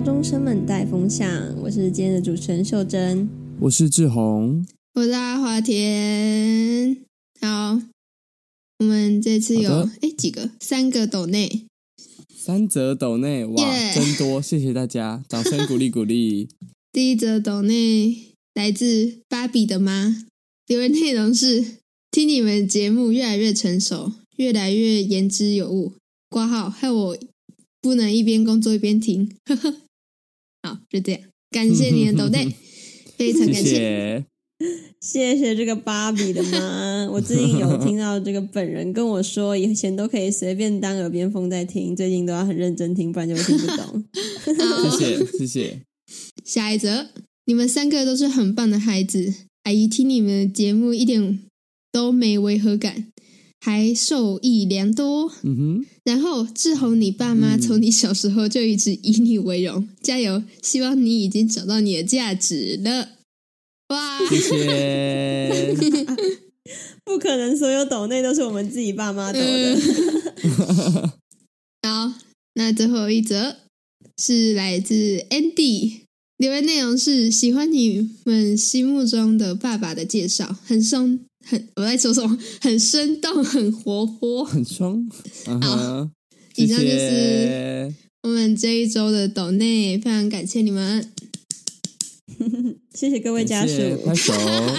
中生们带风向，我是今天的主持人秀珍， 我是志宏， 我是阿华田。好，我们这次有几个？3个斗内 ，3则斗内，哇， 真多，谢谢大家，掌声鼓励鼓励。 第一则斗内来自芭比的妈，留言内容是：听你们节目越来越成熟，越来越言之有物。括号害我不能一边工作一边听，呵呵。好，就这样，感谢你的斗内，非常感谢。 谢谢这个芭比的妈。我最近有听到这个本人跟我说，以前都可以随便当耳边风在听，最近都要很认真听，不然就会听不懂。 谢谢。 下一则，你们3个都是很棒的孩子，阿姨听你们的节目一点都没违和感，还受益良多。然后志宏，你爸妈从你小时候就一直以你为荣，加油！希望你已经找到你的价值了。哇， 谢谢。 不可能所有斗内都是我们自己爸妈斗的。 好，那最后一则是来自 Andy， 留言内容是：喜欢你们心目中的爸爸的介绍，我在说什么？很生动，很活泼， 很爽。 好，以上就是我们这一周的斗内，非常感谢你们。 谢谢各位家属， 拍手。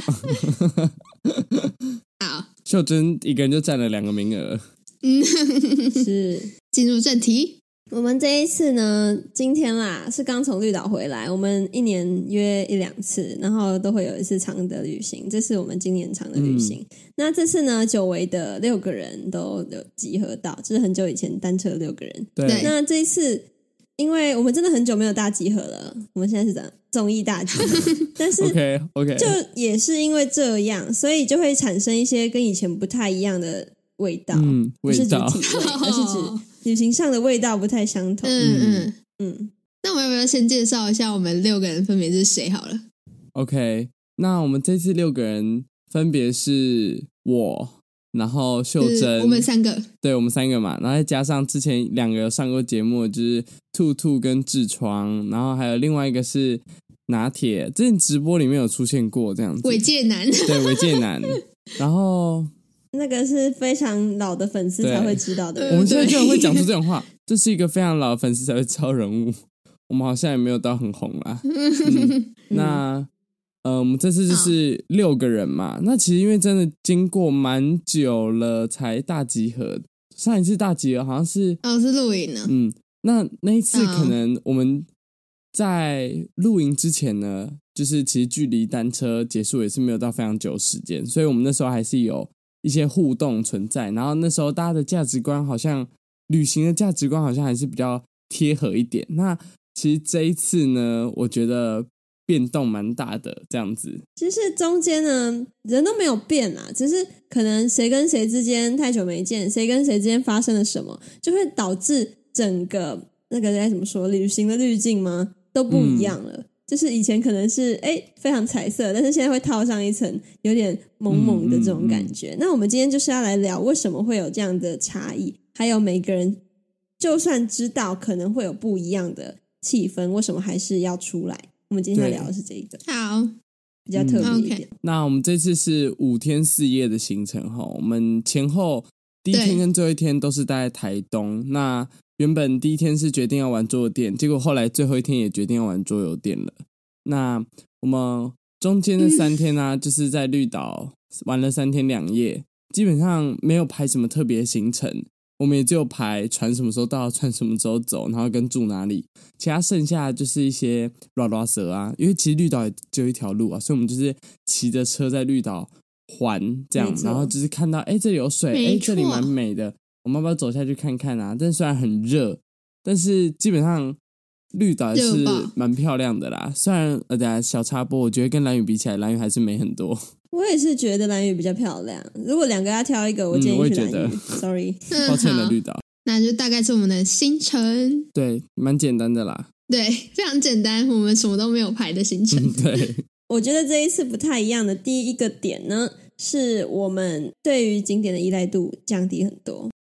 好， 秀珍一个人就占了2个名额。 是进入正题。 我们这一次呢，今天啦是刚从绿岛回来，我们1年约1-2次，然后都会有一次长的旅行，这是我们今年长的旅行。那这次呢，久违的6个人都有集合到，这是很久以前单车6个人。 对， 那这一次因为我们真的很久没有大集合了，我们现在是这样综艺大集合，但是 OK 就也是因为这样，所以就会产生一些跟以前不太一样的味道，不是指体味，而是指旅行上的味道不太相同。 那我们要不要先介绍一下我们6个人分别是谁好了 ？OK， 那我们这次6个人分别是我，然后秀珍， 我们3个， 对，我们3个嘛，然后再加上之前2个有上过节目，就是兔兔跟痔疮，然后还有另外一个是拿铁，之前直播里面有出现过这样子， 伪界男， 对，伪界男，然后那个是非常老的粉丝才会知道的人。 我们现在居然会讲出这种话，这是一个非常老的粉丝才会知道人物，我们好像也没有到很红啦。那我们这次就是6个人嘛，那其实因为真的经过蛮久了才大集合，上一次大集合好像是是露营呢。 那一次可能我们在露营之前呢，就是其实距离单车结束也是没有到非常久的时间，所以我们那时候还是有一些互动存在，然后那时候大家的价值观好像旅行的价值观好像还是比较贴合一点。那其实这一次呢，我觉得变动蛮大的这样子。 其实中间呢人都没有变啦，只是可能谁跟谁之间太久没见，谁跟谁之间发生了什么，就会导致整个那个该怎么说，旅行的滤镜吗都不一样了。就是以前可能是非常彩色，但是现在会套上一层有点蒙蒙的这种感觉。那我们今天就是要来聊为什么会有这样的差异，还有每个人就算知道可能会有不一样的气氛，为什么还是要出来。我们今天要聊的是这个， 好， 比较特别一点。 那我们这次是5天4夜的行程齁，我们前后第一天跟最后一天都是待在台东。那原本第一天是决定要玩桌游店，结果后来最后一天也决定要玩桌游店了。那我们中间的3天呢，就是在绿岛玩了3天2夜，基本上没有排什么特别的行程，我们也只有排船什么时候到，船什么时候走，然后跟住哪里，其他剩下就是一些拉拉蛇啊，因为其实绿岛也只有一条路啊，所以我们就是骑着车在绿岛环这样，然后就是看到这里有水，这里蛮美的，我们要不要走下去看看啊？但虽然很热，但是基本上绿岛也是蛮漂亮的啦。虽然等下小插播，我觉得跟兰屿比起来，兰屿还是美很多。 我也是觉得兰屿比较漂亮，如果2个要挑一个，我建议去兰屿。Sorry， 抱歉了绿岛。 那就大概是我们的行程， 对，蛮简单的啦。 对，非常简单，我们什么都没有排的行程。 对， 我觉得这一次不太一样的第一个点呢，是我们对于景点的依赖度降低很多。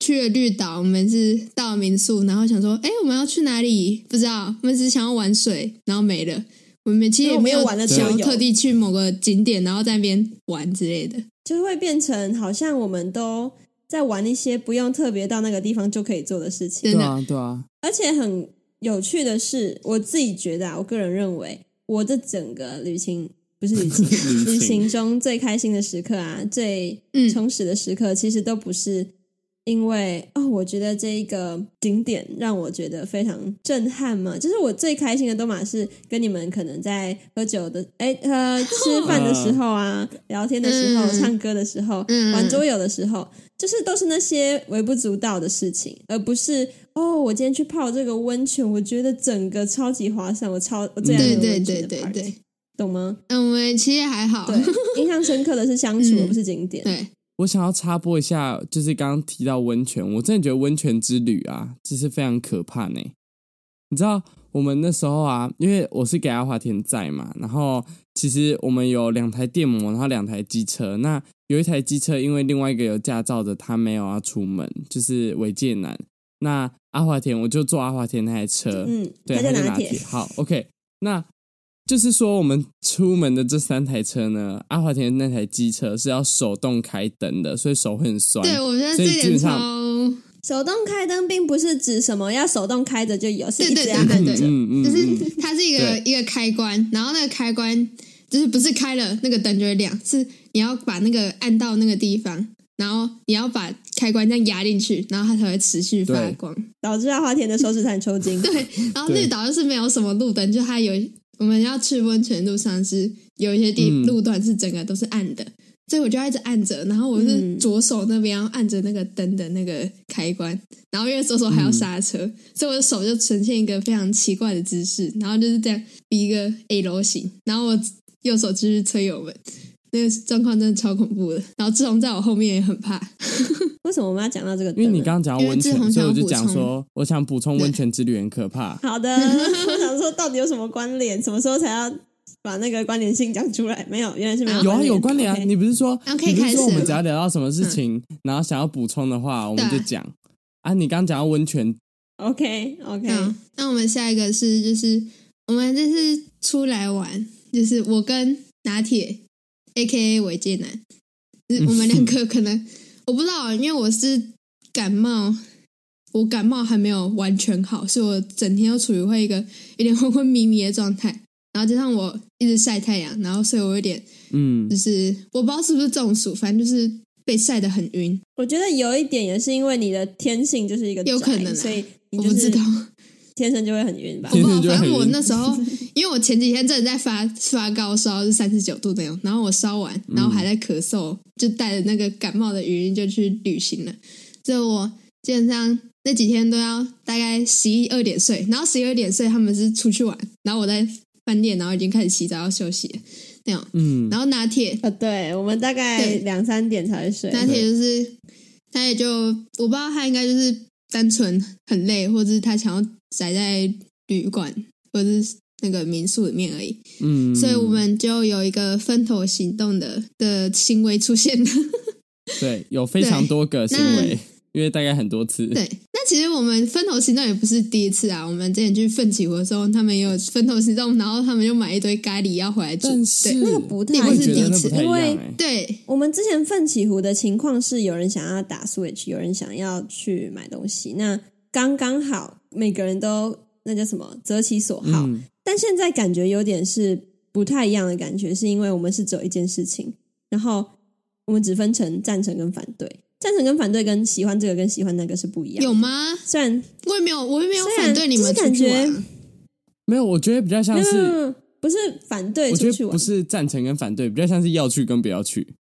去了绿岛，我们是到了民宿，然后想说，我们要去哪里？不知道，我们只是想要玩水，然后没了。我们其实也没有想要特地去某个景点，然后在那边玩之类的， 就会变成好像我们都在玩一些不用特别到那个地方就可以做的事情。 对啊，对啊。 而且很有趣的是，我自己觉得我个人认为，我这整个旅行不是旅行，旅行中最开心的时刻最充实的时刻，其实都不是因为我觉得这一个景点让我觉得非常震撼嘛，就是我最开心的都嘛是跟你们可能在喝酒的吃饭的时候聊天的时候，唱歌的时候，玩桌游的时候，就是都是那些微不足道的事情，而不是我今天去泡这个温泉，我觉得整个超级划算，我最爱那个温泉的 party， 对，懂吗？ 我们其实还好， 对，印象深刻的是相处，而不是景点。 对。 我想要插播一下，就是刚刚提到温泉，我真的觉得温泉之旅就是非常可怕呢。你知道我们那时候因为我是给阿华田载嘛，然后其实我们有2台电摩，然后2台机车。那有一台机车，因为另外一个有驾照的他没有要出门，就是违戒男。那阿华田我就坐阿华田那台车，对，他就拿铁。好 ，OK， 那。就是说，我们出门的这3台车呢，阿华田那台机车是要手动开灯的，所以手会很酸。 对，我觉得这点超。 手动开灯并不是指什么要手动开着就有，是一直要按着。 就是它是一个开关，然后那个开关就是不是开了那个灯就会亮，是你要把那个按到那个地方，然后你要把开关这样压进去，然后它才会持续发光， 导致阿华田的手指很抽筋。 对，然后绿岛就是没有什么路灯，就它有。我们要去温泉路上是有一些路段是整个都是暗的，所以我就要一直按着，然后我是左手那边要按着那个灯的那个开关，然后因为左手还要刹车，所以我的手就呈现一个非常奇怪的姿势，然后就是这样比一个 L 型，然后我右手继续催油门，那个状况真的超恐怖的。然后志宏在我后面也很怕。 为什么我们要讲到这个？ 因为你刚刚讲到温泉，所以我就讲说，我想补充温泉之旅很可怕。 好的，我想说到底有什么关联？什么时候才要把那个关联性讲出来？没有，原来是没有。 有关联啊！ Okay. 你不是说你不是说我们只要聊到什么事情，然后想要补充的话，我们就讲你刚刚讲到温泉 ，OK， 好，那我们下一个是就是我们这次出来玩，就是我跟拿铁 AKA 违戒男，我们2个可能我不知道，因为我是感冒，我感冒还没有完全好，所以我整天都处于会一个有点昏昏迷迷的状态，然后加上我一直晒太阳，然后所以我有点就是我不知道是不是中暑，反正就是被晒得很晕。 我觉得有一点也是因为你的天性就是一个宅， 有可能， 所以你我不知道。 天生就会很晕吧？ 我不知道，反正我那时候，因为我前几天真的在发高烧，是39度那种，然后我烧完，然后还在咳嗽，就带着那个感冒的原因就去旅行了。所以我基本上那几天都要大概11、2点睡，然后11、2点睡他们是出去玩，然后我在饭店，然后已经开始洗澡要休息了那种。然后拿铁对，我们大概2、3点才会睡。 拿铁就是他也就我不知道他应该就是单纯很累，或者是他想要宅在旅馆或者是那个民宿里面而已。所以我们就有一个分头行动的行为出现了。 对，有非常多个行为，因为大概很多次。 对，那其实我们分头行动也不是第一次啊。我们之前去奋起湖的时候，他们也有分头行动，然后他们就买一堆咖喱要回来煮。 对， 那个不太是第一次， 因为对我们之前奋起湖的情况是有人想要打 Switch， 有人想要去买东西，那刚刚好每个人都那叫什么择其所好。但现在感觉有点是不太一样的感觉，是因为我们是只有一件事情，然后我们只分成赞成跟反对。赞成跟反对跟喜欢这个跟喜欢那个是不一样的。 有吗？ 虽然我也没有反对你们出去玩。 没有，我觉得比较像是不是反对出去玩，我觉得不是赞成跟反对，比较像是要去跟不要去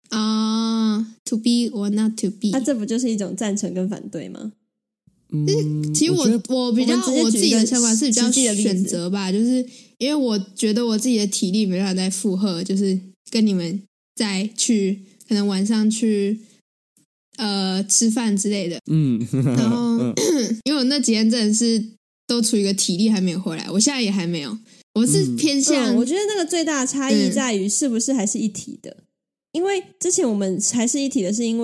to be or not to be。 这不就是一种赞成跟反对吗？ 其实我比较我自己的想法是比较选择吧，就是因为我觉得我自己的体力没办法再负荷，就是跟你们再去可能晚上去吃饭之类的。然后因为我那几天真的是都处于一个体力还没有回来，我现在也还没有，我是偏向我觉得那个最大的差异在于是不是还是一体的。因为之前我们还是一体的是因为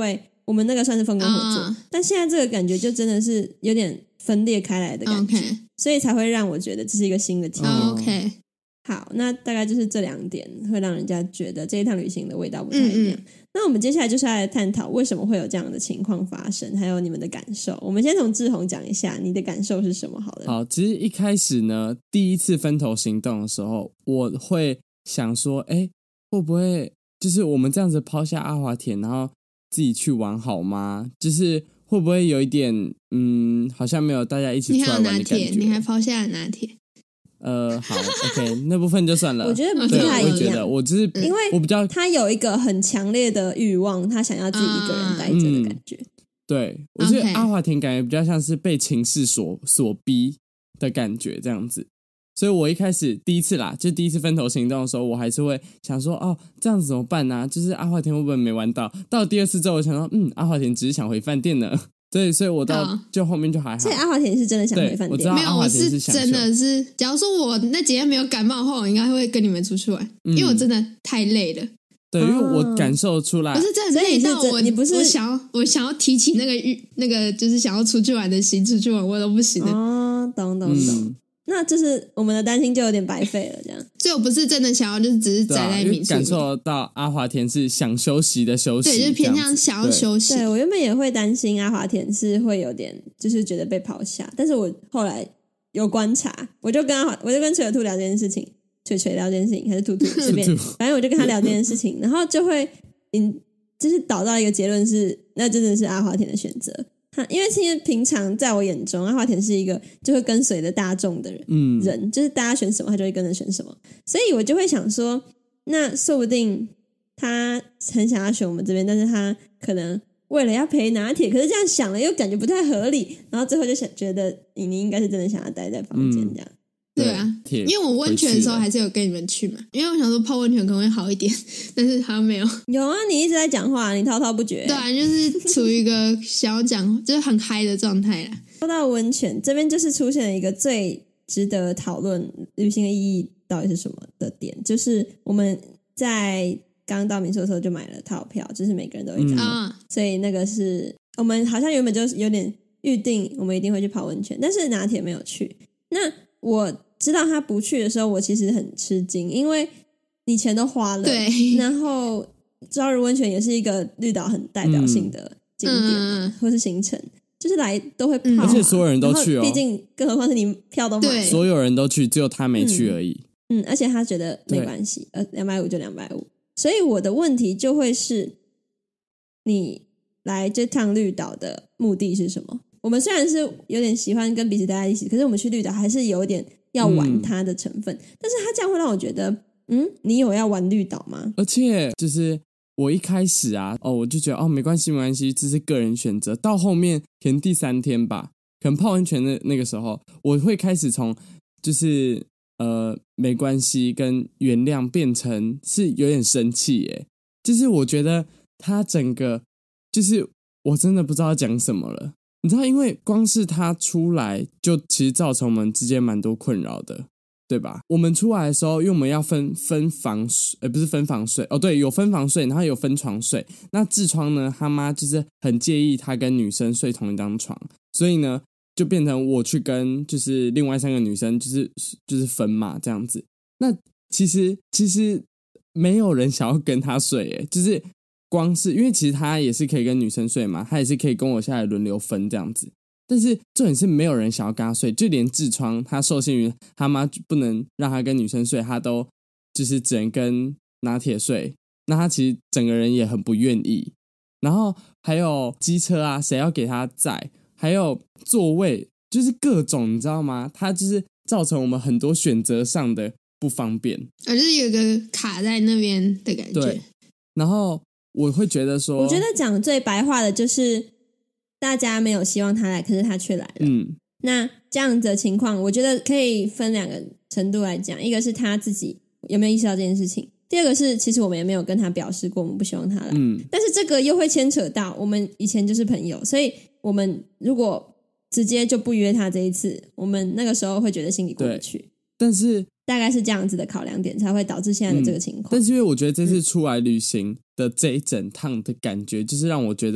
我们那个算是分工合作，但现在这个感觉就真的是有点分裂开来的感觉，所以才会让我觉得这是一个新的体验。 OK， 好，那大概就是这2点会让人家觉得这一趟旅行的味道不太一样。那我们接下来就是要来探讨为什么会有这样的情况发生，还有你们的感受。我们先从志宏讲一下你的感受是什么好了。 好，其实一开始呢，第一次分头行动的时候，我会想说，会不会就是我们这样子抛下阿华田，然后自己去玩好吗？就是会不会有一点好像没有大家一起出来玩的感觉。 你还抛下了拿铁。 好 OK 那部分就算了。 我觉得不太一样， 我只是因为我比较他有一个很强烈的欲望，他想要自己一个人待着的感觉。 对，我觉得阿华田感觉比较像是被情势所逼的感觉这样子，所以我一开始第一次分头行动的时候，我还是会想说这样子怎么办呢？就是阿华田会不会没玩到？到了第2次之后，我想说阿华田只是想回饭店呢。对，所以我到就后面就还好。 所以阿华田是真的想回饭店， 没有，我是真的是，假如说我那几天没有感冒的话，我应该会跟你们出去玩，因为我真的太累了。 对，因为我感受出来， 不是真的累到你不是我想要提起那个就是想要出去玩的心出去玩，我都不行了。 懂。那就是我们的担心就有点白费了，这样。 所以我不是真的想要，就是只是宅在民宿， 感受到阿华田是想休息的休息， 对，就是偏向想要休息。 对，我原本也会担心阿华田是会有点，就是觉得被抛下，但是我后来有观察，我就跟垂耳兔聊这件事情，垂聊这件事情，还是兔随便，反正我就跟他聊这件事情，然后就会就是导到一个结论是，那真的是阿华田的选择。因为其实平常在我眼中，阿华田是一个就会跟随着大众的人，就是大家选什么他就会跟着选什么，所以我就会想说，那说不定他很想要选我们这边，但是他可能为了要陪拿铁，可是这样想了又感觉不太合理，然后最后就觉得你应该是真的想要待在房间这样。 对啊，因为我温泉的时候还是有跟你们去嘛，因为我想说泡温泉可能会好一点，但是好像没有。 有啊，你一直在讲话，你滔滔不绝。 对啊，就是处于一个想要讲就是很嗨的状态啦。 说到温泉这边，就是出现了一个最值得讨论旅行的意义到底是什么的点，就是我们在刚到民宿的时候就买了套票，就是每个人都一张，所以那个是我们好像原本就有点预定我们一定会去泡温泉，但是拿铁没有去。那我知道他不去的时候，我其实很吃惊，因为你钱都花了， 对， 然后朝日温泉也是一个绿岛很代表性的景点或是行程，就是来都会泡， 而且所有人都去毕竟更何况是你票都买了， 所有人都去，只有他没去而已。 而且他觉得没关系，250就250，所以我的问题就会是，你来这趟绿岛的目的是什么？我们虽然是有点喜欢跟彼此待在一起，可是我们去绿岛还是有点要玩它的成分，但是他这样会让我觉得你有要玩绿岛吗？ 而且就是我一开始我就觉得没关系，这是个人选择，到后面可能第3天吧，可能泡温泉的那个时候，我会开始从就是没关系跟原谅变成是有点生气耶，就是我觉得他整个就是我真的不知道讲什么了，你知道，因为光是他出来就其实造成我们之间蛮多困扰的，对吧？我们出来的时候，因为我们要分房睡，不是分房睡对，有分房睡，然后有分床睡。那痔疮呢，他妈就是很介意他跟女生睡同一张床，所以呢，就变成我去跟就是另外3个女生就是分嘛这样子。那其实没有人想要跟他睡耶，就是光是因为其实他也是可以跟女生睡嘛，他也是可以跟我下来轮流分这样子，但是重点是没有人想要跟他睡，就连痔疮他受限于他妈不能让他跟女生睡，他都就是只能跟拿铁睡，那他其实整个人也很不愿意。然后还有机车谁要给他载，还有座位，就是各种你知道吗，他就是造成我们很多选择上的不方便， 就是有个卡在那边的感觉。 对，然后我会觉得说， 我觉得讲最白话的就是大家没有希望他来，可是他却来了。那这样子的情况，我觉得可以分2个程度来讲，一个是他自己有没有意识到这件事情，第2个是其实我们也没有跟他表示过我们不希望他来。但是这个又会牵扯到我们以前就是朋友，所以我们如果直接就不约他这一次，我们那个时候会觉得心里过不去。 但是大概是这样子的考量点才会导致现在的这个情况。 但是因为我觉得这次出来旅行的这一整趟的感觉，就是让我觉得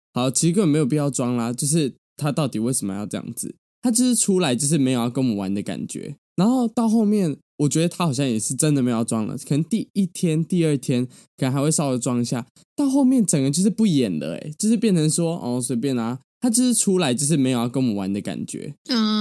好，其实根本没有必要装啦，就是他到底为什么要这样子？他就是出来就是没有要跟我们玩的感觉，然后到后面我觉得他好像也是真的没有要装了，可能第一天第二天可能还会稍微装一下，到后面整个就是不演了欸，就是变成说哦随便啊，他就是出来就是没有要跟我们玩的感觉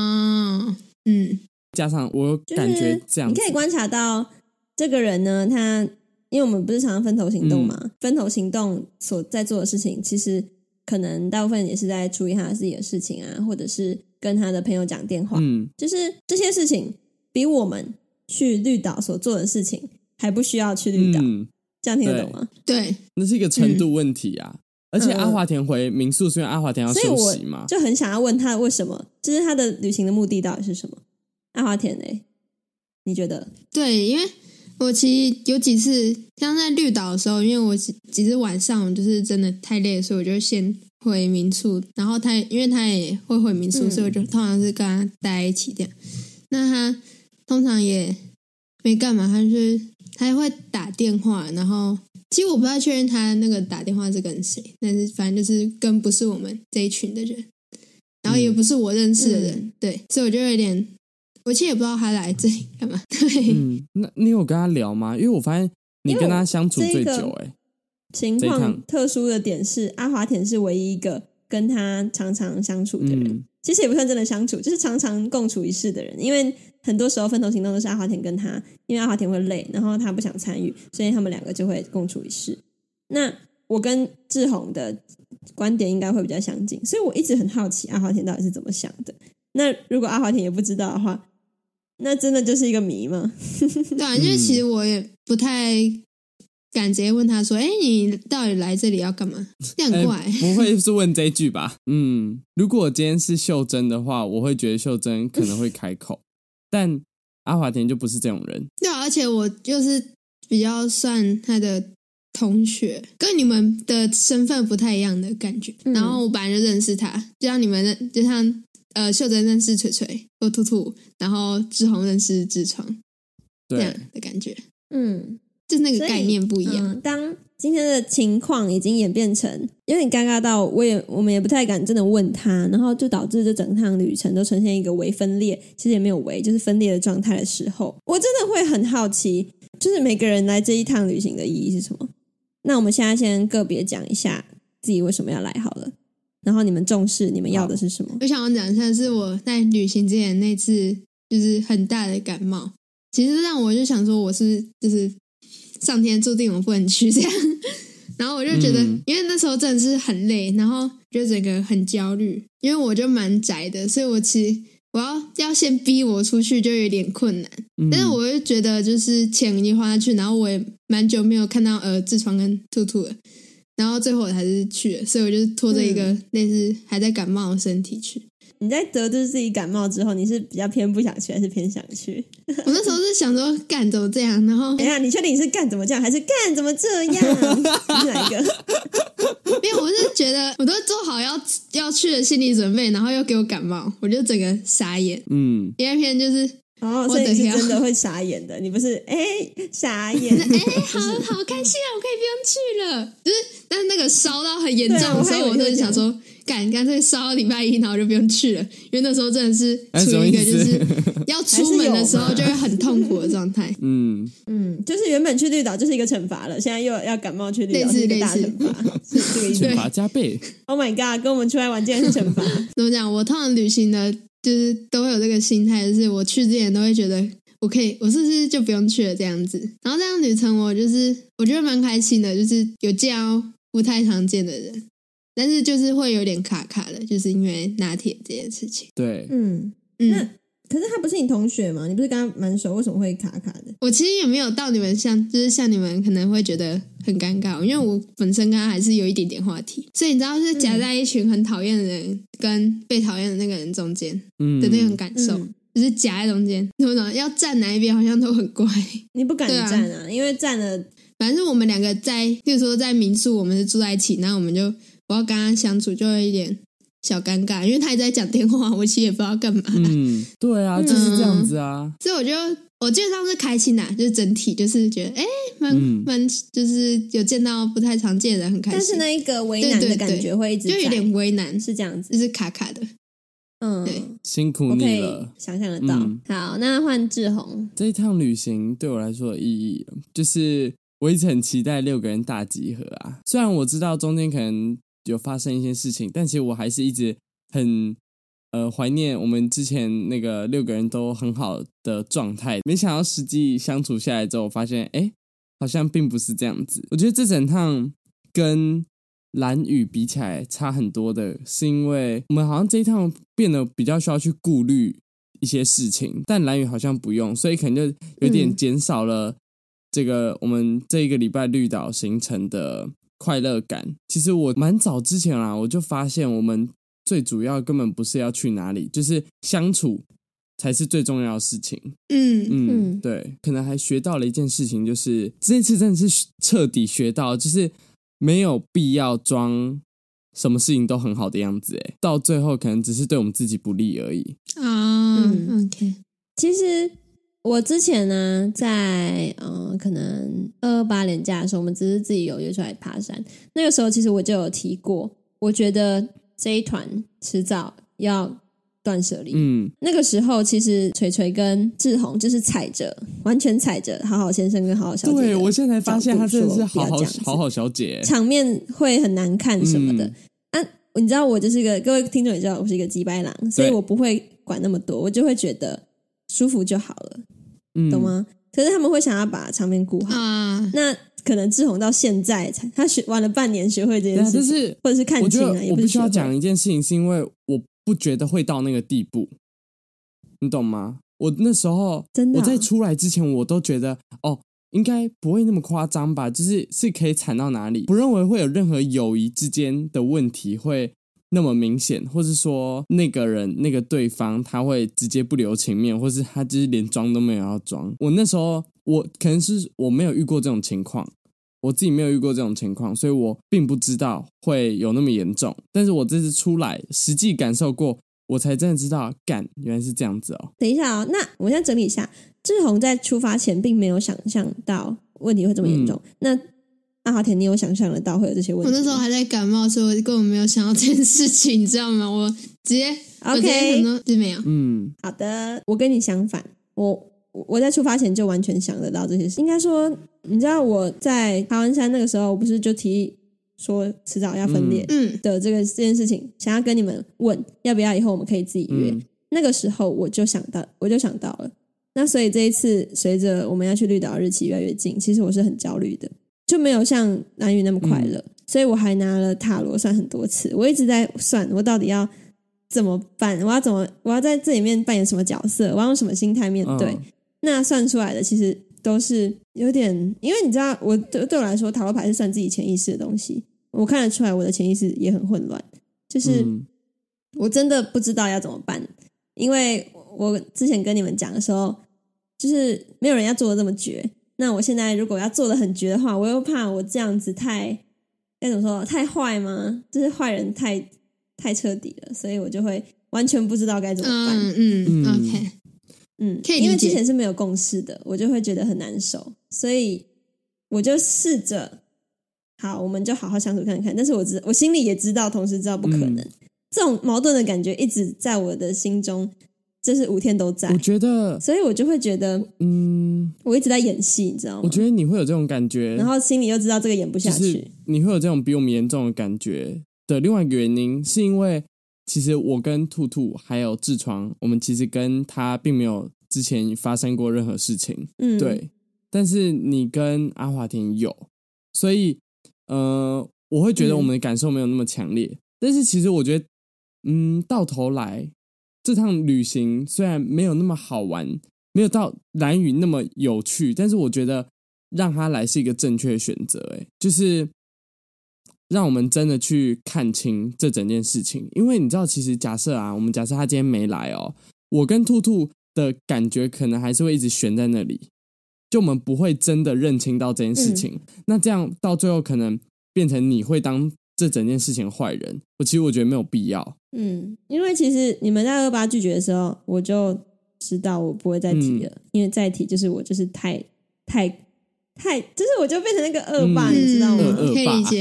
加上我感觉这样子， 你可以观察到这个人呢，他因为我们不是常常分头行动嘛，分头行动所在做的事情其实可能大部分也是在处理他自己的事情啊，或者是跟他的朋友讲电话，就是这些事情比我们去绿岛所做的事情还不需要去绿岛，这样听得懂吗？ 对， 那是一个程度问题啊。而且阿华田回民宿是因为阿华田要休息嘛， 所以我就很想要问他为什么，就是他的旅行的目的到底是什么？阿华田欸，你觉得？ 对，因为我其实有几次像在绿岛的时候，因为我几次晚上就是真的太累，所以我就先回民宿，然后因为他也会回民宿，所以我就通常是跟他待在一起这样。那他通常也没干嘛，他会打电话，然后其实我不太确认他那个打电话是跟谁，但是反正就是跟不是我们这一群的人，然后也不是我认识的人，对，所以我就有点，我其实也不知道他来这里干嘛。对， 那你有跟他聊吗？因为我发现你跟他相处最久情况特殊的点是阿华田是唯一一个跟他常常相处的人，其实也不算真的相处，就是常常共处一室的人，因为很多时候分头行动都是阿华田跟他，因为阿华田会累，然后他不想参与，所以他们两个就会共处一室。那我跟志宏的观点应该会比较相近，所以我一直很好奇阿华田到底是怎么想的。那如果阿华田也不知道的话，那真的就是一个谜吗？ 对啊，因为其实我也不太敢直接问他说你到底来这里要干嘛，这样怪不会是问这一句吧？如果我今天是秀珍的话，我会觉得秀珍可能会开口但阿华田就不是这种人。 对啊，而且我就是比较算他的同学，跟你们的身份不太一样的感觉，然后我本来就认识他，就像你们就像秀珍认识锤锤或兔兔，然后志宏认识痔疮，这样的感觉。就那个概念不一样。 当今天的情况已经演变成有点尴尬到我们也不太敢真的问他，然后就导致这整趟旅程都呈现一个微分裂，其实也没有微，就是分裂的状态的时候，我真的会很好奇，就是每个人来这一趟旅行的意义是什么。那我们现在先个别讲一下自己为什么要来好了，然后你们重视你们要的是什么。 我想要讲一下是我在旅行之前那次就是很大的感冒，其实让我就想说我是就是上天注定我不能去这样，然后我就觉得因为那时候真的是很累，然后就整个很焦虑，因为我就蛮宅的，所以我其实我要先逼我出去就有点困难，但是我就觉得就是钱已经花下去，然后我也蛮久没有看到痔疮跟兔兔了，然后最后我还是去了，所以我就拖着一个类似还在感冒的身体去。 你在得知自己感冒之后，你是比较偏不想去还是偏想去？ 我那时候是想说干怎么这样，然后等一下，你确定你是干怎么这样还是干怎么这样？你是哪一个？ 因为我是觉得我都做好要去的心理准备，然后又给我感冒，我就整个傻眼。第二篇就是所以你是真的会傻眼的，你不是傻眼好开心啊，我可以不用去了。就是但是那个烧到很严重的时候，我就想说干脆烧到礼拜一，然后就不用去了，因为那时候真的是处于一个就是要出门的时候就会很痛苦的状态。 就是原本去绿岛就是一个惩罚了，现在又要感冒去绿岛是一个大惩罚，是这个意思。 惩罚加倍。 Oh my god， 跟我们出来玩竟然是惩罚。 怎么讲？我通常旅行的就是都会有这个心态，就是我去之前都会觉得我是不是就不用去了这样子。然后这样旅程我觉得蛮开心的，就是有见到不太常见的人，但是就是会有点卡卡的，就是因为拿铁这件事情。 对， 那可是他不是你同学吗？你不是跟他蛮熟，为什么会卡卡的？ 我其实也没有到你们像你们可能会觉得很尴尬，因为我本身跟他还是有一点点话题，所以你知道是夹在一群很讨厌的人跟被讨厌的那个人中间的那种感受。就是夹在中间，怎么讲？要站哪一边好像都很怪。 你不敢站啊，因为站了， 反正我们两个比如说在民宿，我们是住在一起，然后我要跟他相处，就会有一点小尴尬，因为他也在讲电话，我其实也不知道干嘛。 对啊，就是这样子啊。 所以我就我基本上是开心啦，就是整体就是觉得蛮就是有见到不太常见的人很开心， 但是那一个为难的感觉会一直在， 就有点为难， 是这样子， 就是卡卡的。 对， 辛苦你了， 想象得到。好，那换志宏。 这一趟旅行对我来说的意义，就是我一直很期待6个人大集合啊。虽然我知道中间可能有发生一些事情，但其实我还是一直很怀念我们之前那个6个人都很好的状态。没想到实际相处下来之后，我发现好像并不是这样子。我觉得这整趟跟兰屿比起来差很多的是因为我们好像这一趟变得比较需要去顾虑一些事情，但兰屿好像不用，所以可能就有点减少了这个我们这一个礼拜绿岛行程的快乐感。其实我蛮早之前啦，我就发现我们最主要根本不是要去哪里，就是相处才是最重要的事情。对，可能还学到了一件事情，就是这次真的是彻底学到，就是没有必要装什么事情都很好的样子，到最后可能只是对我们自己不利而已。 OK。 其实我之前呢，在可能228连假的时候，我们只是自己有约出来爬山。那个时候其实我就有提过，我觉得这一团迟早要断舍离。那个时候其实锤锤跟志宏就是完全踩着好好先生跟好好小姐。 对，我现在才发现他真的是好好小姐， 场面会很难看什么的。你知道我就是各位听众也知道我是一个鸡掰狼，所以我不会管那么多，我就会觉得舒服就好了，懂吗？可是他们会想要把场面顾好那可能志宏到现在他玩了半年学会这件事情，或者是看清了， 我必须要讲一件事情，是因为我不觉得会到那个地步，你懂吗？我那时候真的我在出来之前我都觉得应该不会那么夸张吧，是可以惨到哪里，不认为会有任何友谊之间的问题会那么明显，或是说那个人那个对方他会直接不留情面，或是他就是连装都没有要装。我那时候可能是我没有遇过这种情况，我自己没有遇过这种情况，所以我并不知道会有那么严重。但是我这次出来实际感受过，我才真的知道原来是这样子哦。 等一下那我先整理一下，志宏在出发前并没有想象到问题会这么严重。那阿华田，你有想象得到会有这些问题？ 我那时候还在感冒，所以我根本没有想到这件事情，你知道吗？我直接 OK 就没有。 好的，我跟你相反，我在出发前就完全想得到这些事。应该说，你知道我在爬完山那个时候，我不是就提议说迟早要分裂的这件事情，想要跟你们问要不要以后我们可以自己约。那个时候我就想到了。那所以这一次随着我们要去绿岛的日期越来越近，其实我是很焦虑的，就没有像兰屿那么快乐。所以我还拿了塔罗算很多次，我一直在算我到底要怎么办，我要在这里面扮演什么角色，我要用什么心态面对。那算出来的其实都是有点，因为你知道对我来说塔罗牌是算自己潜意识的东西，我看得出来我的潜意识也很混乱，就是我真的不知道要怎么办。因为我之前跟你们讲的时候，就是没有人要做的这么绝，那我现在如果要做的很绝的话，我又怕我这样子该怎么说，太坏吗？就是坏人太彻底了，所以我就会完全不知道该怎么办。 OK。可以理解， 因为之前是没有共识的，我就会觉得很难受，所以我就试着好，我们就好好相处看看。但是我心里也知道，同时知道不可能。这种矛盾的感觉一直在我的心中，这是5天都在。 我觉得， 所以我就会觉得，我一直在演戏，你知道吗？ 我觉得你会有这种感觉， 然后心里又知道这个演不下去， 就是你会有这种比我们严重的感觉的另外一个原因，是因为其实我跟兔兔还有痔疮，我们其实跟他并没有之前发生过任何事情，对。但是你跟阿华田有，所以我会觉得我们的感受没有那么强烈。但是其实我觉得，到头来这趟旅行虽然没有那么好玩，没有到兰屿那么有趣，但是我觉得让他来是一个正确的选择，就是让我们真的去看清这整件事情。因为你知道，其实我们假设他今天没来我跟兔兔的感觉可能还是会一直悬在那里，就我们不会真的认清到这件事情。那这样到最后可能变成你会当这整件事情的坏人，其实我觉得没有必要。 因为其实你们在28拒绝的时候，我就知道我不会再提了，因为再提就是我就是太，就是我就变成那个恶霸，你知道吗？ 可以理解。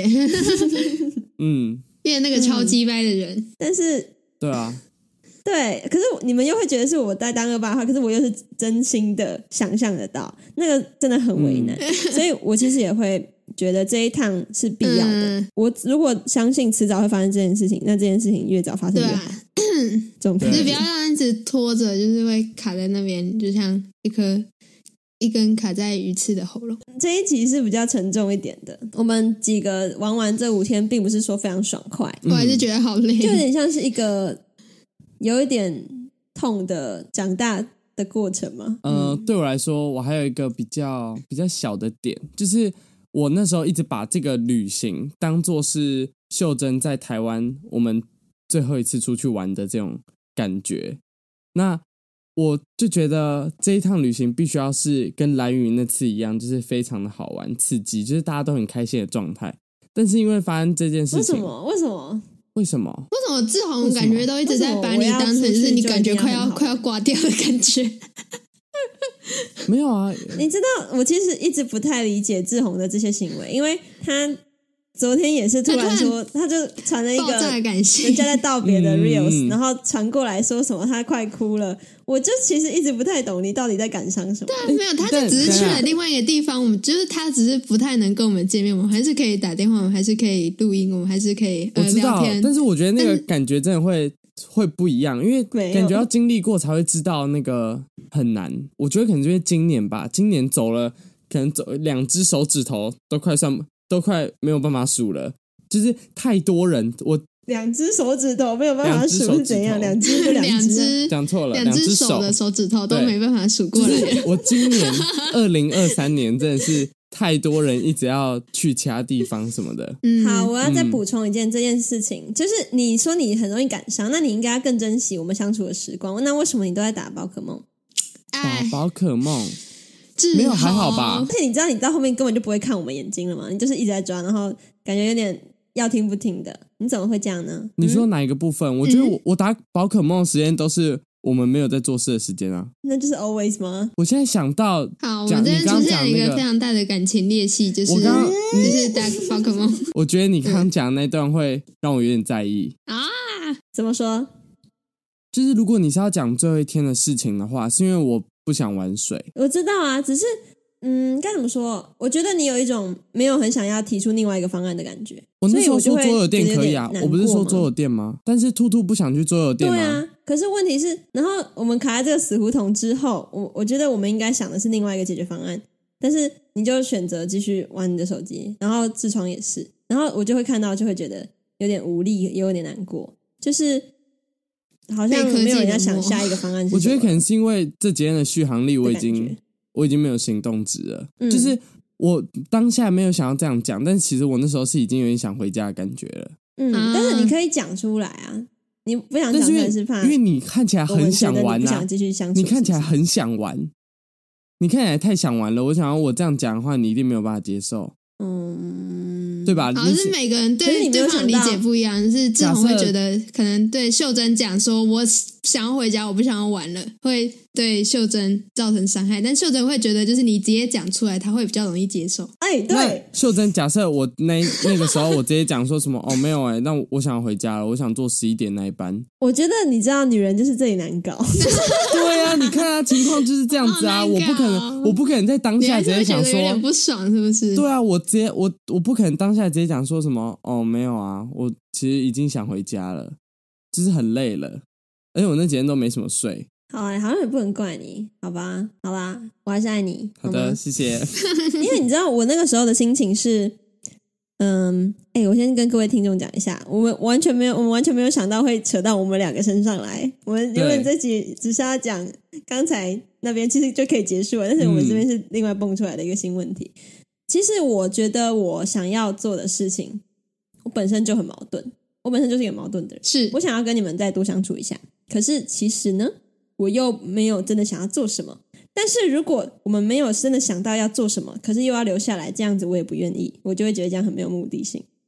变成那个超鸡掰的人。 但是对啊， 对，可是你们又会觉得是我在当恶霸的话，可是我又是真心的想象得到，那个真的很为难，所以我其实也会觉得这一趟是必要的。我如果相信迟早会发生这件事情，那这件事情越早发生越好。重点就是不要让它一直拖着，就是会卡在那边，就像一根卡在鱼刺的喉咙。 这一集是比较沉重一点的，我们几个玩完这5天并不是说非常爽快， 我还是觉得好累， 就有点像是一个有一点痛的长大的过程嘛。 对我来说，我还有一个比较小的点，就是我那时候一直把这个旅行当作是秀珍在台湾我们最后一次出去玩的这种感觉。那我就觉得这一趟旅行必须要是跟蓝屿那次一样，就是非常的好玩刺激，就是大家都很开心的状态。但是因为发生这件事情， 为什么志宏感觉都一直在把你当成就是你感觉快要挂掉的感觉？ 没有啊， 你知道我其实一直不太理解志宏的这些行为，因为他昨天也是突然说，他就传了一个人家在道别的 reels，然后传过来说什么他快哭了，我就其实一直不太懂你到底在感伤什么。 对，没有，他就只是去了另外一个地方，我们就是他只是不太能跟我们见面，我们还是可以打电话，我们还是可以录音，我们还是可以聊天。 但是我觉得那个感觉真的会不一样，因为感觉要经历过才会知道那个很难。我觉得可能就是今年吧，今年走了，可能走2只手指头都快没有办法数了，就是太多人。我 2只手指头没有办法数是怎样？2只就2只， 讲错了 ，2只手的手指头都没办法数过来。 就是我今年2023年真的是太多人一直要去其他地方什么的。 好，我要再补充一件这件事情，就是你说你很容易感伤，那你应该要更珍惜我们相处的时光。那为什么你都在打宝可梦？ 打宝可梦。没有还好吧？ 而且你知道你到后面根本就不会看我们眼睛了吗？你就是一直在抓，然后感觉有点要听不听的，你怎么会这样呢？ 你说哪一个部分？我觉得我打宝可梦的时间都是我们没有在做事的时间啊。 那就是 always 吗？ 我现在想到， 好，我们这边出现一个非常大的感情裂隙，就是打宝可梦。 我觉得你刚刚讲的那段会让我有点在意啊。 怎么说？ 就是如果你是要讲最后一天的事情的话，是因为我不想玩水。 我知道啊，只是该怎么说？我觉得你有一种没有很想要提出另外一个方案的感觉。 我那时候说桌游店可以啊，我不是说桌游店吗？但是兔兔不想去桌游店啊。 对啊，可是问题是，然后我们卡在这个死胡同之后，我觉得我们应该想的是另外一个解决方案，但是你就选择继续玩你的手机，然后痔疮也是，然后我就会看到，就会觉得有点无力，也有点难过，就是好像没有人家想下一个方案是什么。 我觉得可能是因为这几天的续航力我已经没有行动值了，就是我当下没有想要这样讲，但是其实我那时候是已经有点想回家的感觉了。 但是你可以讲出来啊，你不想讲出来是怕， 因为你看起来很想玩啊， 你不想继续相处， 你看起来很想玩，你看起来太想玩了。我想要我这样讲的话，你一定没有办法接受。对吧？ 好像是每个人对对方理解不一样，是志宏会觉得可能对秀珍讲说我想要回家，我不想要玩了，会对秀珍造成伤害，但秀珍会觉得就是你直接讲出来，他会比较容易接受。 对， 秀珍假设我那个时候我直接讲说什么没有那我想要回家了，我想坐11点那一班。 我觉得你知道女人就是这里难搞。 对啊，你看情况就是这样子啊，我不可能在当下直接讲说有点不爽是不是？ 对啊，我不可能当下直接讲说什么没有啊，我其实已经想回家了，就是很累了，而且我那几天都没什么睡。 好像也不能怪你，好吧，好啦，我还是爱你。 好的，谢谢。 因为你知道我那个时候的心情是，我先跟各位听众讲一下，我们完全没有想到会扯到我们2个身上来。我们原本这集只是要讲刚才那边其实就可以结束了，但是我们这边是另外蹦出来的一个新问题。其实我觉得我想要做的事情，我本身就很矛盾，我本身就是一个矛盾的人。 是我想要跟你们再多相处一下，可是其实呢，我又没有真的想要做什么。但是如果我们没有真的想到要做什么，可是又要留下来，这样子我也不愿意，我就会觉得这样很没有目的性。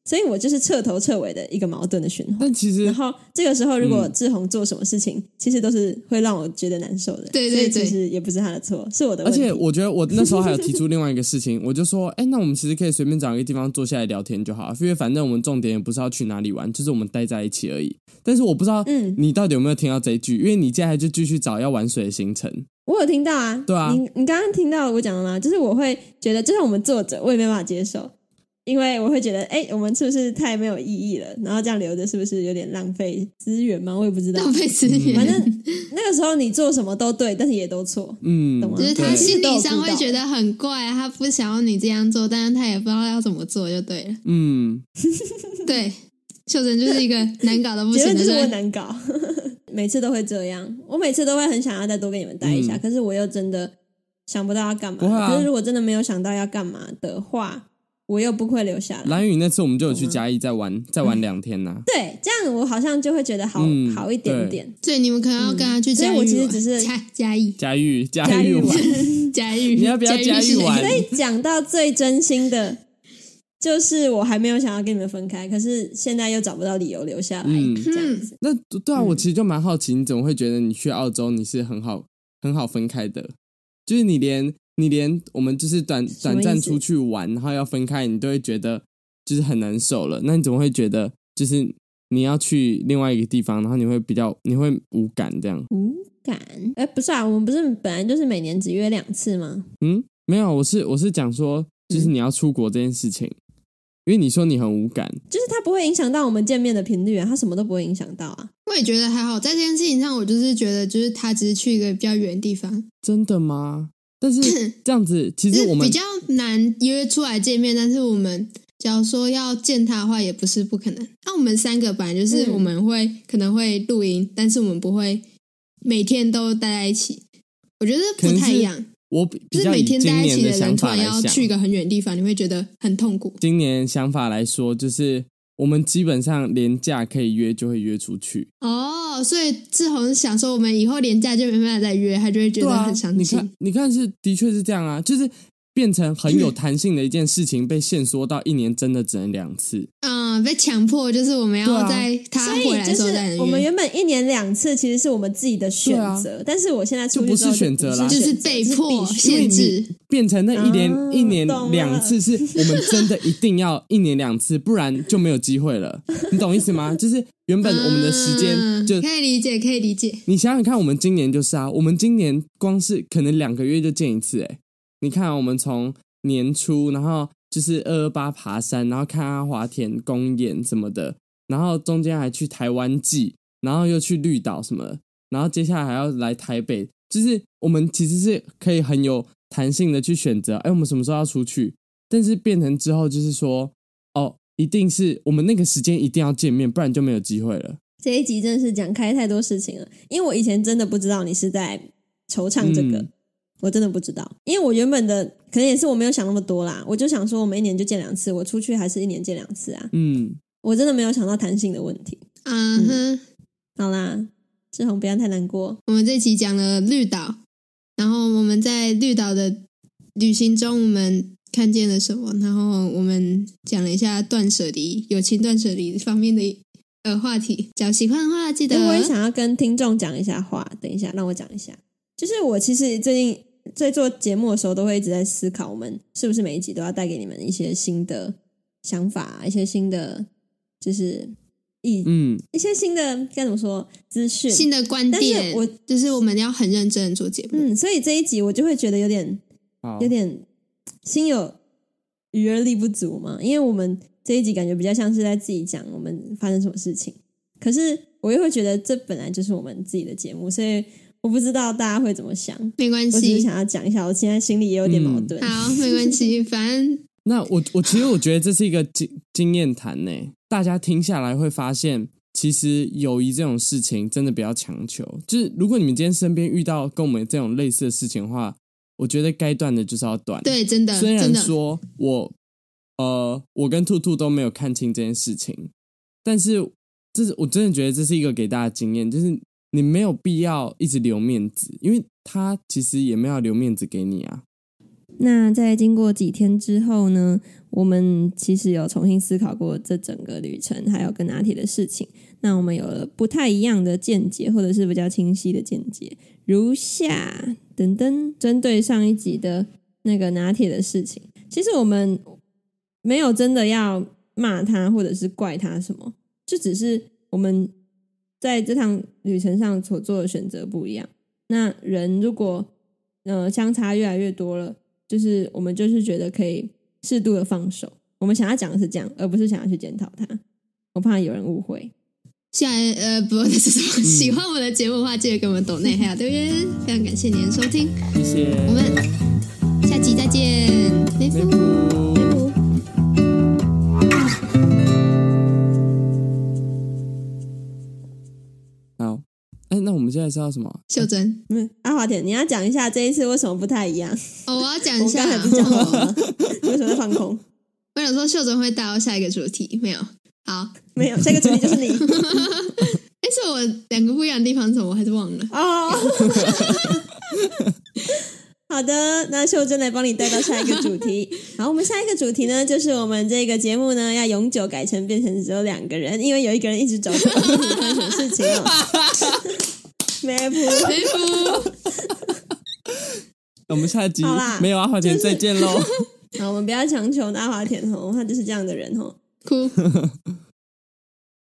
所以我就是彻头彻尾的一个矛盾的循环。 但其实， 然后这个时候如果志宏做什么事情，其实都是会让我觉得难受的。 对对对， 所以其实也不是他的错，是我的问题。 而且我觉得我那时候还有提出另外一个事情，我就说，那我们其实可以随便找一个地方坐下来聊天就好，因为反正我们重点也不是要去哪里玩，就是我们待在一起而已。但是我不知道你到底有没有听到这一句，因为你接下来就继续找要玩水的行程。 我有听到啊， 对啊， 你刚刚听到我讲了吗？就是我会觉得，就像我们作者，我也没办法接受。因为我会觉得，我们是不是太没有意义了？然后这样留着是不是有点浪费资源嘛？我也不知道， 浪费资源。 反正那个时候你做什么都对，但是也都错，懂吗？ 就是他心理上会觉得很怪，他不想要你这样做，但是他也不知道要怎么做，就对了。对，秀珍就是一个难搞的不行的人， 结论就是我难搞，每次都会这样。我每次都会很想要再多跟你们待一下，可是我又真的想不到要干嘛。可是如果真的没有想到要干嘛的话，我又不会留下来。 蓝屿那次我们就有去嘉义再玩2天呐。 对，这样我好像就会觉得好一点点。 所以你们可能要跟他去嘉义玩。 所以我其实只是嘉义玩， 嘉义， 你要不要嘉义玩？ 所以讲到最真心的，就是我还没有想要跟你们分开，可是现在又找不到理由留下来，这样子。 那对啊，我其实就蛮好奇，你怎么会觉得你去澳洲你是很好分开的？就是你连我们就是短暂出去玩，然后要分开，你都会觉得就是很难受了。那你怎么会觉得就是你要去另外一个地方，然后你会无感这样？ 无感？不是啊，我们不是本来就是每年只约2次吗？ 没有，我是讲说，就是你要出国这件事情，因为你说你很无感， 就是它不会影响到我们见面的频率啊，它什么都不会影响到啊。 我也觉得还好，在这件事情上，我就是觉得，就是他只是去一个比较远的地方。 真的吗？但是这样子，其实我们比较难约出来见面，但是我们假如说要见他的话，也不是不可能。那我们3个本来就是我们可能会露营，但是我们不会每天都待在一起。我觉得不太一样。 我就是每天待在一起的人突然要去一个很远的地方，你会觉得很痛苦。 今年想法来说，就是我们基本上连假可以约就会约出去。 所以志宏想说我们以后连假就没办法再约，他就会觉得很伤心。 你看的确是这样啊，就是变成很有弹性的一件事情，被限缩到1年真的只能2次。 被强迫，就是我们要在他回来的时候再约。 我们原本1年2次其实是我们自己的选择，但是我现在出去之后就不是选择啦， 就是被迫限制， 变成那一年2次是我们真的一定要1年2次，不然就没有机会了。你懂意思吗？就是原本我们的时间就可以理解。 你想想看，我们今年就是啊，我们今年光是可能2个月就见一次。你看我们从年初，然后就是228爬山，然后看阿华田公演什么的，然后中间还去台湾季，然后又去绿岛什么的，然后接下来还要来台北，就是我们其实是可以很有弹性的去选择，我们什么时候要出去，但是变成之后就是说，一定是我们那个时间一定要见面，不然就没有机会了。 这一集真的是讲开太多事情了，因为我以前真的不知道你是在惆怅这个。我真的不知道，因为我原本的可能也是我没有想那么多啦，我就想说我们1年就见2次，我出去还是1年见2次啊。我真的没有想到弹性的问题。好啦，志宏不要太难过。 我们这期讲了绿岛，然后我们在绿岛的旅行中我们看见了什么，然后我们讲了一下断舍离，友情断舍离方面的话题。只要喜欢的话记得。 我也想要跟听众讲一下话，等一下让我讲一下。就是我其实最近在做节目的时候都会一直在思考，我们是不是每一集都要带给你们一些新的想法，一些新的就是一些新的该怎么说资讯、 新的观点，就是我们要很认真的做节目。 所以这一集我就会觉得有点心有余而力不足嘛，因为我们这一集感觉比较像是在自己讲我们发生什么事情，可是我又会觉得这本来就是我们自己的节目，所以我不知道大家会怎么想。 没关系， 我只是想要讲一下，我现在心里也有点矛盾。 好，没关系，反正那我其实我觉得这是一个经验谈呢，大家听下来会发现，其实友谊这种事情真的不要强求。就是如果你们今天身边遇到跟我们这种类似的事情的话，我觉得该断的就是要断。 对，真的。 虽然说我跟兔兔都没有看清这件事情，但是我真的觉得这是一个给大家的经验，就是你没有必要一直留面子，因为他其实也没有留面子给你啊。 那在经过几天之后呢，我们其实有重新思考过这整个旅程还有跟拿铁的事情，那我们有了不太一样的见解，或者是比较清晰的见解，如下等等。针对上一集的那个拿铁的事情，其实我们没有真的要骂他或者是怪他什么，就只是我们在这趟旅程上所做的选择不一样。那人如果相差越来越多了，就是我们就是觉得可以适度的放手。我们想要讲的是这样，而不是想要去检讨他。我怕有人误会。 不是什么，喜欢我们的节目的话，记得给我们抖内还有留言，非常感谢您的收听， 谢谢， 我们下集再见，梅夫。 好，那我们现在是要什么？ 秀珍， 阿华田，你要讲一下这一次为什么不太一样？ 我要讲一下， 我刚才不讲好吗？为什么在放空？ 我想说秀珍会带到下一个主题，没有。好， 没有，下一个主题就是你。 是我两个不一样的地方是什么？我还是忘了。哦， 好的，那秀珍来帮你带到下一个主题。好，我们下一个主题呢，就是我们这个节目呢要永久改成变成只有2个人，因为有一个人一直找不到发生什么事情哦。梅夫， 我们下一集没有阿华田、再见喽。 好，我们不要强求阿华田吼，他就是这样的人吼。 哭。